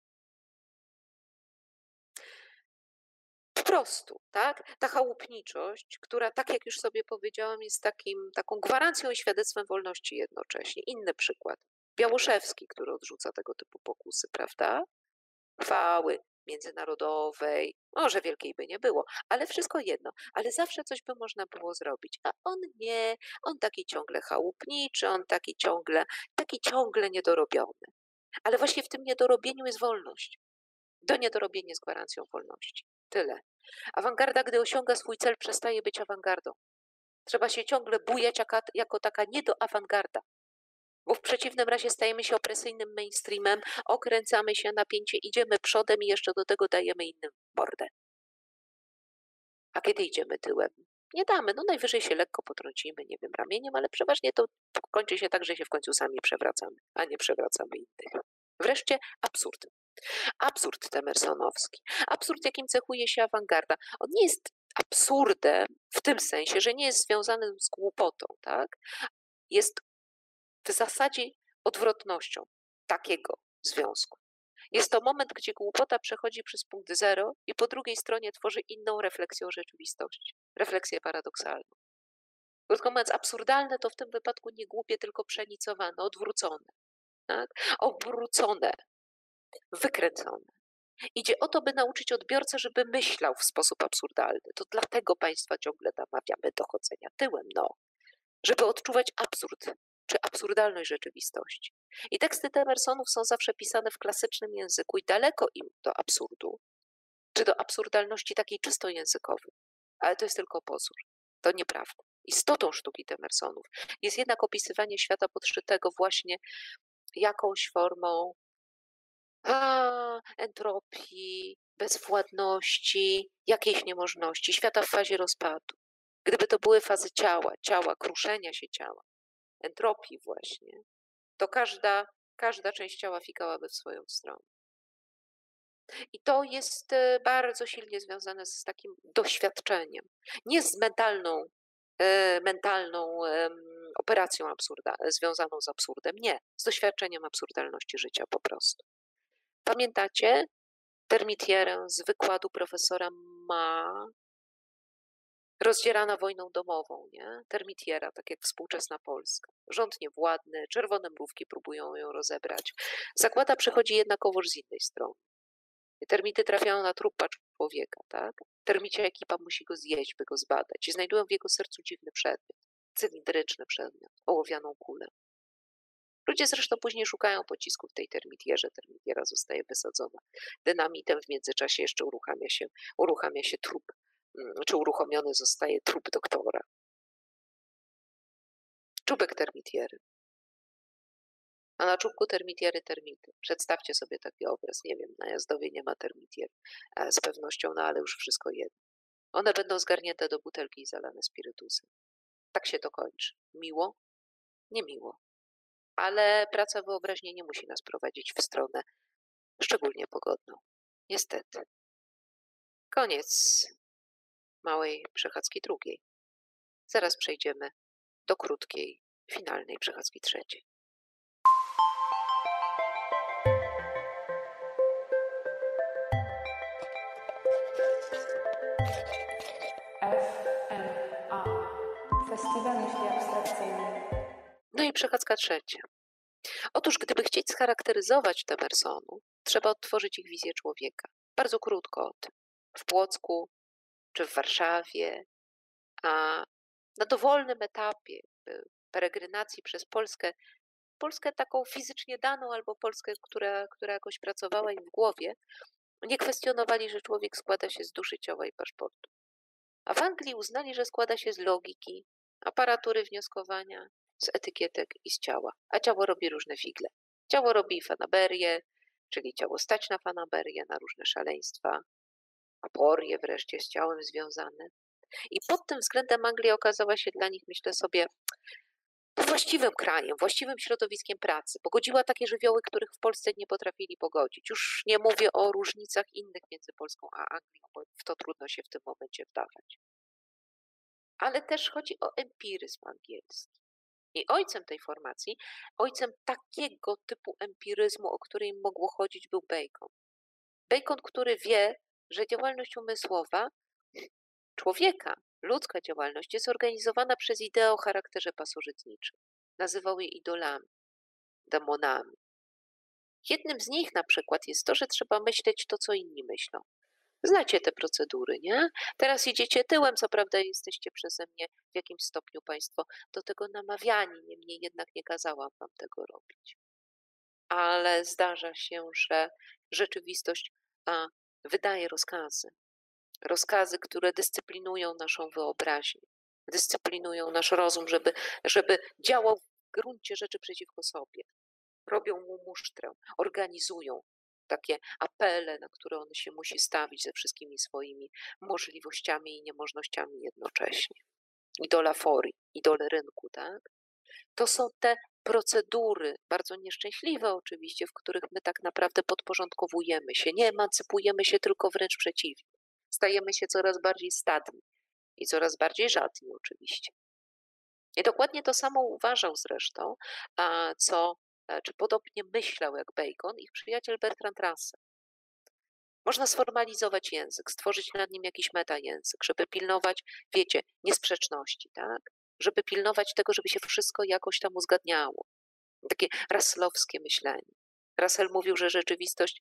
Po prostu, tak? Ta chałupniczość, która, tak jak już sobie powiedziałam, jest taką gwarancją i świadectwem wolności jednocześnie. Inny przykład. Białoszewski, który odrzuca tego typu pokusy, prawda? Chwały międzynarodowej, może wielkiej by nie było, ale wszystko jedno, ale zawsze coś by można było zrobić, a on nie, on taki ciągle chałupniczy, on taki ciągle niedorobiony. Ale właśnie w tym niedorobieniu jest wolność. To niedorobienie jest gwarancją wolności. Tyle. Awangarda, gdy osiąga swój cel, przestaje być awangardą. Trzeba się ciągle bujać jako taka niedoawangarda, bo w przeciwnym razie stajemy się opresyjnym mainstreamem, okręcamy się napięcie, idziemy przodem i jeszcze do tego dajemy innym mordę. A kiedy idziemy tyłem? Nie damy, no najwyżej się lekko potrącimy, nie wiem, ramieniem, ale przeważnie to kończy się tak, że się w końcu sami przewracamy, a nie przewracamy innych. Wreszcie absurd. Absurd temersonowski. Absurd, jakim cechuje się awangarda. On nie jest absurdem w tym sensie, że nie jest związany z głupotą, tak? Jest w zasadzie odwrotnością takiego związku. Jest to moment, gdzie głupota przechodzi przez punkt zero i po drugiej stronie tworzy inną refleksję o rzeczywistości. Refleksję paradoksalną. Krótko mówiąc, absurdalne to w tym wypadku nie głupie, tylko przenicowane, odwrócone. Tak? Obrócone, wykręcone. Idzie o to, by nauczyć odbiorcę, żeby myślał w sposób absurdalny. To dlatego Państwa ciągle namawiamy do chodzenia tyłem, żeby odczuwać absurd czy absurdalność rzeczywistości. I teksty Temersonów są zawsze pisane w klasycznym języku i daleko im do absurdu, czy do absurdalności takiej czysto językowej. Ale to jest tylko pozór. To nieprawda. Istotą sztuki Temersonów jest jednak opisywanie świata podszytego właśnie jakąś formą entropii, bezwładności, jakiejś niemożności, świata w fazie rozpadu. Gdyby to były fazy ciała, kruszenia się ciała, entropii właśnie, to każda część ciała fikałaby w swoją stronę. I to jest bardzo silnie związane z takim doświadczeniem, nie z mentalną operacją związaną z absurdem, nie, z doświadczeniem absurdalności życia po prostu. Pamiętacie Termitierę z wykładu profesora Ma, rozdzierana wojną domową, nie? Termitiera, tak jak współczesna Polska. Rząd niewładny, czerwone mrówki próbują ją rozebrać. Zagłada przychodzi jednakowoż z innej strony. Termity trafiają na trupa człowieka, tak? Termicia ekipa musi go zjeść, by go zbadać. I znajdują w jego sercu dziwny przedmiot, cylindryczny przedmiot, ołowianą kulę. Ludzie zresztą później szukają pocisku w tej termitierze. Termitiera zostaje wysadzona dynamitem, w międzyczasie jeszcze uruchamia się trup, czy uruchomiony zostaje trup doktora. Czubek termitiery. A na czubku termitiery termity. Przedstawcie sobie taki obraz. Nie wiem, na Jazdowie nie ma termitier z pewnością, no ale już wszystko jedno. One będą zgarnięte do butelki i zalane spirytusem. Tak się to kończy. Miło? Niemiło. Ale praca wyobraźni nie musi nas prowadzić w stronę szczególnie pogodną. Niestety. Koniec małej przechadzki drugiej. Zaraz przejdziemy do krótkiej, finalnej przechadzki trzeciej. FMA. Festiwal Myśli Abstrakcyjnej. No i przechadzka trzecia. Otóż, gdyby chcieć scharakteryzować te Emersonów, trzeba odtworzyć ich wizję człowieka. Bardzo krótko o tym. W Płocku czy w Warszawie, a na dowolnym etapie peregrinacji przez Polskę taką fizycznie daną albo Polskę, która jakoś pracowała im w głowie, nie kwestionowali, że człowiek składa się z duszy, ciała i paszportu. A w Anglii uznali, że składa się z logiki, aparatury wnioskowania, z etykietek i z ciała. A ciało robi różne figle. Ciało robi fanaberię, czyli ciało stać na fanaberię, na różne szaleństwa, aporie wreszcie z ciałem związane. I pod tym względem Anglia okazała się dla nich, myślę sobie, właściwym krajem, właściwym środowiskiem pracy. Pogodziła takie żywioły, których w Polsce nie potrafili pogodzić. Już nie mówię o różnicach innych między Polską a Anglią, bo w to trudno się w tym momencie wdawać. Ale też chodzi o empiryzm angielski. I ojcem tej formacji, ojcem takiego typu empiryzmu, o którym mogło chodzić, był Bacon. Bacon, który wie, że działalność umysłowa człowieka, ludzka działalność jest organizowana przez ideę o charakterze pasożytniczym. Nazywał je idolami, demonami. Jednym z nich na przykład jest to, że trzeba myśleć to, co inni myślą. Znacie te procedury, nie? Teraz idziecie tyłem, co prawda jesteście przeze mnie w jakimś stopniu Państwo do tego namawiani, niemniej jednak nie kazałam Wam tego robić. Ale zdarza się, że rzeczywistość wydaje rozkazy. Rozkazy, które dyscyplinują naszą wyobraźnię, dyscyplinują nasz rozum, żeby działał w gruncie rzeczy przeciwko sobie. Robią mu musztrę, organizują takie apele, na które on się musi stawić ze wszystkimi swoimi możliwościami i niemożnościami jednocześnie. Idole forii, idole rynku, tak? To są te procedury, bardzo nieszczęśliwe oczywiście, w których my tak naprawdę podporządkowujemy się, nie emancypujemy się, tylko wręcz przeciwnie. Stajemy się coraz bardziej stadni i coraz bardziej żadni oczywiście. I dokładnie to samo uważał zresztą, czy podobnie myślał jak Bacon, ich przyjaciel Bertrand Russell. Można sformalizować język, stworzyć nad nim jakiś metajęzyk, żeby pilnować, wiecie, niesprzeczności, tak? Żeby pilnować tego, żeby się wszystko jakoś tam uzgadniało. Takie russellowskie myślenie. Russell mówił, że rzeczywistość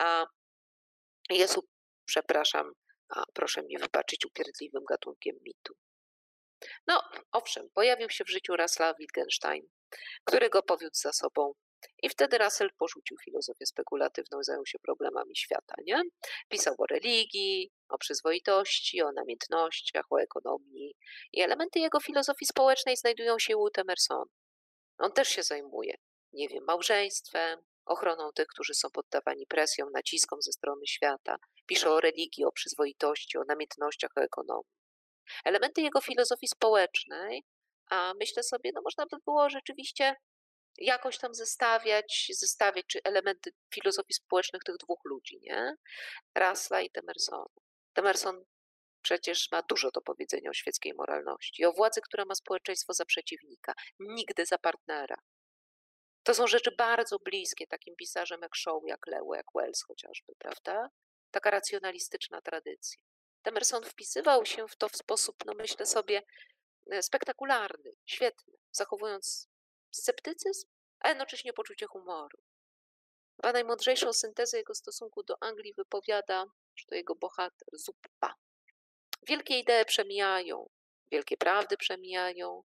jest, przepraszam, proszę mi wybaczyć, upierdliwym gatunkiem mitu. No, owszem, pojawił się w życiu Russella Wittgenstein, który go powiódł za sobą i wtedy Russell porzucił filozofię spekulatywną, zajął się problemami świata, nie? Pisał o religii, o przyzwoitości, o namiętnościach, o ekonomii i elementy jego filozofii społecznej znajdują się u Emersona. On też się zajmuje, nie wiem, małżeństwem, ochroną tych, którzy są poddawani presjom, naciskom ze strony świata. Pisze o religii, o przyzwoitości, o namiętnościach, o ekonomii. Elementy jego filozofii społecznej, a myślę sobie, no można by było rzeczywiście jakoś tam zestawiać, czy elementy filozofii społecznych tych dwóch ludzi, nie? Russella i Emersona. Emerson przecież ma dużo do powiedzenia o świeckiej moralności, o władzy, która ma społeczeństwo za przeciwnika, nigdy za partnera. To są rzeczy bardzo bliskie takim pisarzom jak Shaw, jak Leo, jak Wells chociażby, prawda? Taka racjonalistyczna tradycja. Emerson wpisywał się w to w sposób, no myślę sobie, spektakularny, świetny, zachowując sceptycyzm, a jednocześnie poczucie humoru. Chyba najmądrzejszą syntezę jego stosunku do Anglii wypowiada, że to jego bohater, Zuppa. Wielkie idee przemijają, wielkie prawdy przemijają,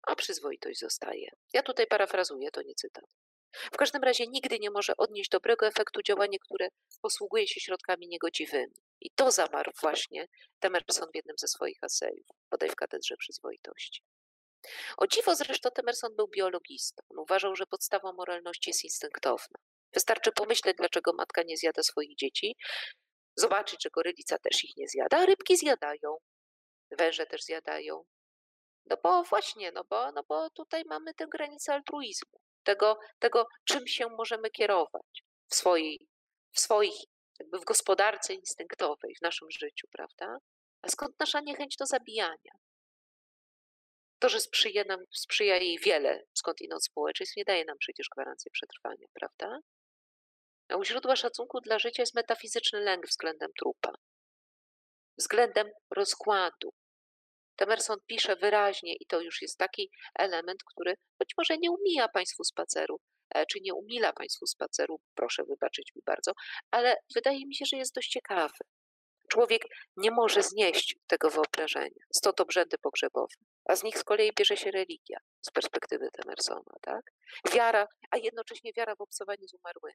a przyzwoitość zostaje. Ja tutaj parafrazuję, to nie cytat. W każdym razie nigdy nie może odnieść dobrego efektu działanie, które posługuje się środkami niegodziwymi. I to zamarł właśnie Temerson w jednym ze swoich esejów, bodaj w Katedrze Przyzwoitości. O dziwo zresztą Temerson był biologistą. On uważał, że podstawą moralności jest instynktowna. Wystarczy pomyśleć, dlaczego matka nie zjada swoich dzieci, zobaczyć, że gorylica też ich nie zjada, a rybki zjadają, węże też zjadają. No bo właśnie, no bo tutaj mamy tę granicę altruizmu, tego czym się możemy kierować w swoich, jakby w gospodarce instynktowej, w naszym życiu, prawda? A skąd nasza niechęć do zabijania? To, że sprzyja jej wiele skądinąd społeczeństw, nie daje nam przecież gwarancji przetrwania, prawda? A u źródła szacunku dla życia jest metafizyczny lęk względem trupa, względem rozkładu. Temerson pisze wyraźnie, i to już jest taki element, który być może nie umija Państwu spaceru, czy nie umila Państwu spaceru, proszę wybaczyć mi bardzo, ale wydaje mi się, że jest dość ciekawy. Człowiek nie może znieść tego wyobrażenia. Stąd obrzędy pogrzebowe, a z nich z kolei bierze się religia z perspektywy Temersona, tak? Wiara, a jednocześnie wiara w obcowanie z umarłymi.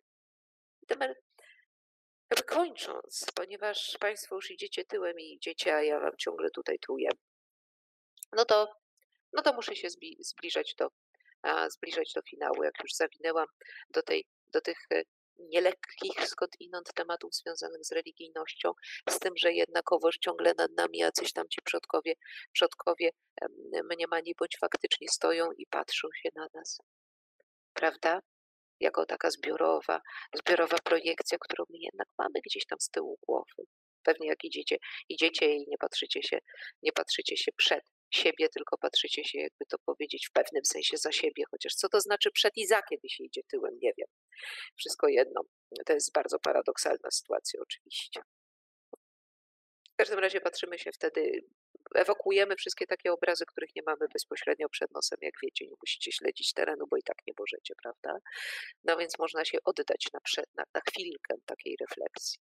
Jakby kończąc, ponieważ Państwo już idziecie tyłem i idziecie, a ja Wam ciągle tutaj truję, no to, no to muszę się zbliżać do finału, jak już zawinęłam do tych nielekkich skądinąd tematów związanych z religijnością, z tym, że jednakowoż ciągle nad nami jacyś tam ci przodkowie mniemani bądź faktycznie stoją i patrzą się na nas, prawda? Jako taka zbiorowa projekcja, którą my jednak mamy gdzieś tam z tyłu głowy. Pewnie jak idziecie i nie patrzycie się przed siebie, tylko patrzycie się, jakby to powiedzieć, w pewnym sensie za siebie, chociaż co to znaczy przed i za, kiedy się idzie tyłem, nie wiem. Wszystko jedno. To jest bardzo paradoksalna sytuacja oczywiście. W każdym razie patrzymy się wtedy, ewakuujemy wszystkie takie obrazy, których nie mamy bezpośrednio przed nosem, jak wiecie, nie musicie śledzić terenu, bo i tak nie możecie, prawda? No więc można się oddać na chwilkę takiej refleksji.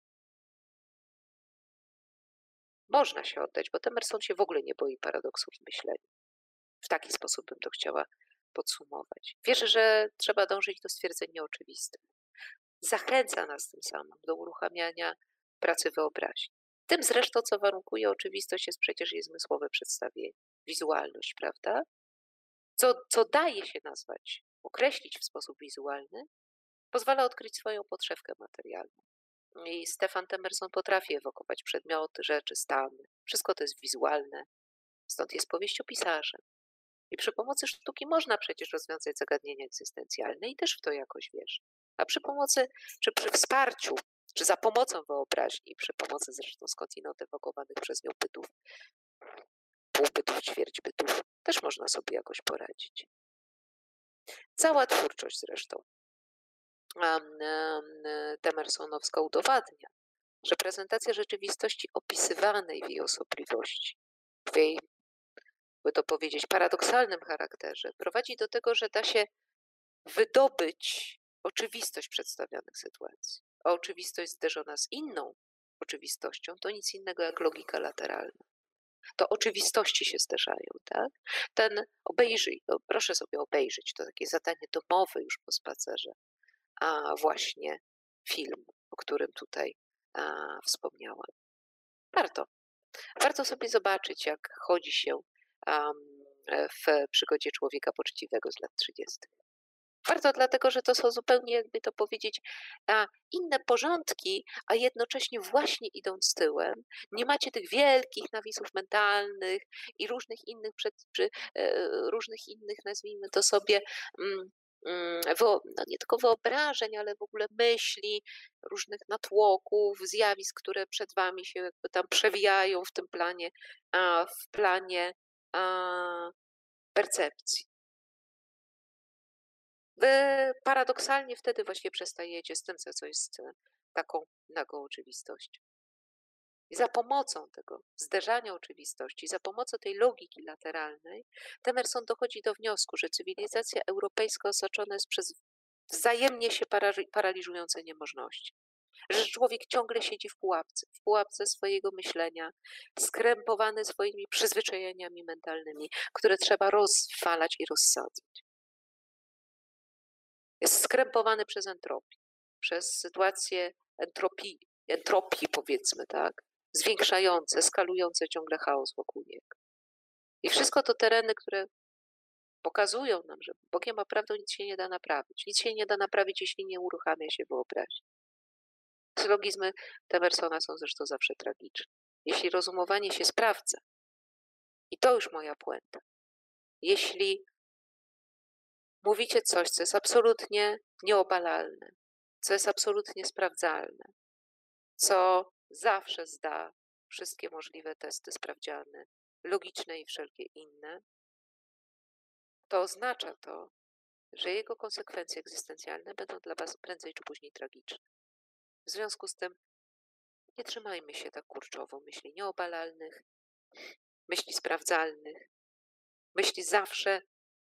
Można się oddać, bo Temerson się w ogóle nie boi paradoksów w myśleniu. W taki sposób bym to chciała podsumować. Wierzę, że trzeba dążyć do stwierdzeń nieoczywistych. Zachęca nas tym samym do uruchamiania pracy wyobraźni. Tym zresztą, co warunkuje oczywistość, jest przecież jej zmysłowe przedstawienie, wizualność, prawda? Co daje się nazwać, określić w sposób wizualny, pozwala odkryć swoją podszewkę materialną. I Stefan Temerson potrafi ewokować przedmioty, rzeczy, stany. Wszystko to jest wizualne, stąd jest powieściopisarzem. I przy pomocy sztuki można przecież rozwiązać zagadnienia egzystencjalne i też w to jakoś wierzę. A przy pomocy, czy przy wsparciu, czy za pomocą wyobraźni, przy pomocy zresztą skądinąd ewokowanych przez nią bytów, półbytów, ćwierćbytów, też można sobie jakoś poradzić. Cała twórczość zresztą temersonowska udowadnia, że prezentacja rzeczywistości opisywanej w jej osobliwości, w jej, by to powiedzieć, paradoksalnym charakterze, prowadzi do tego, że da się wydobyć oczywistość przedstawianych sytuacji. A oczywistość zderzona z inną oczywistością to nic innego jak logika lateralna. To oczywistości się zderzają, tak? Proszę sobie obejrzeć, to takie zadanie domowe już po spacerze, a właśnie film, o którym tutaj wspomniałam. Warto sobie zobaczyć, jak chodzi się w przygodzie człowieka poczciwego z lat 30. Warto dlatego, że to są zupełnie, jakby to powiedzieć, inne porządki, a jednocześnie właśnie idąc tyłem, nie macie tych wielkich nawisów mentalnych i różnych innych, nazwijmy to sobie, no nie tylko wyobrażeń, ale w ogóle myśli, różnych natłoków, zjawisk, które przed wami się jakby tam przewijają w tym planie percepcji. Wy paradoksalnie wtedy właśnie przestajecie z tym, co jest taką nagą oczywistością. I za pomocą tego zderzania oczywistości, za pomocą tej logiki lateralnej, Temerson dochodzi do wniosku, że cywilizacja europejska osaczona jest przez wzajemnie się paraliżujące niemożności. że człowiek ciągle siedzi w pułapce swojego myślenia, skrępowany swoimi przyzwyczajeniami mentalnymi, które trzeba rozwalać i rozsadzać. Jest skrępowany przez entropię, przez sytuację entropii powiedzmy, tak, zwiększające, skalujące ciągle chaos wokół niego. I wszystko to tereny, które pokazują nam, że Bogiem ma prawdą nic się nie da naprawić. Nic się nie da naprawić, jeśli nie uruchamia się wyobraźni. Sylogizmy Temersona są zresztą zawsze tragiczne. Jeśli rozumowanie się sprawdza, i to już moja puenta, jeśli mówicie coś, co jest absolutnie nieobalalne, co jest absolutnie sprawdzalne, co zawsze zda wszystkie możliwe testy sprawdziane, logiczne i wszelkie inne, to oznacza to, że jego konsekwencje egzystencjalne będą dla was prędzej czy później tragiczne. W związku z tym nie trzymajmy się tak kurczowo myśli nieobalalnych, myśli sprawdzalnych, myśli zawsze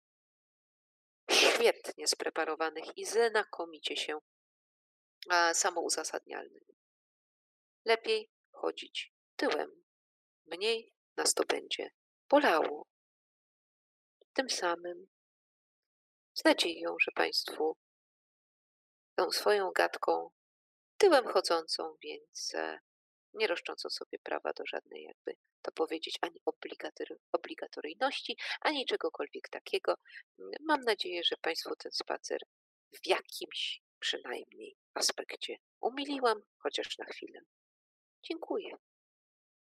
świetnie spreparowanych i znakomicie się samouzasadnialnych. Lepiej chodzić tyłem, mniej nas to będzie bolało. Tym samym z nadzieją, że Państwu tą swoją gadką tyłem chodzącą, więc nie roszczącą sobie prawa do żadnej, jakby to powiedzieć, ani obligatoryjności, ani czegokolwiek takiego. Mam nadzieję, że Państwu ten spacer w jakimś przynajmniej aspekcie umiliłam, chociaż na chwilę. Dziękuję.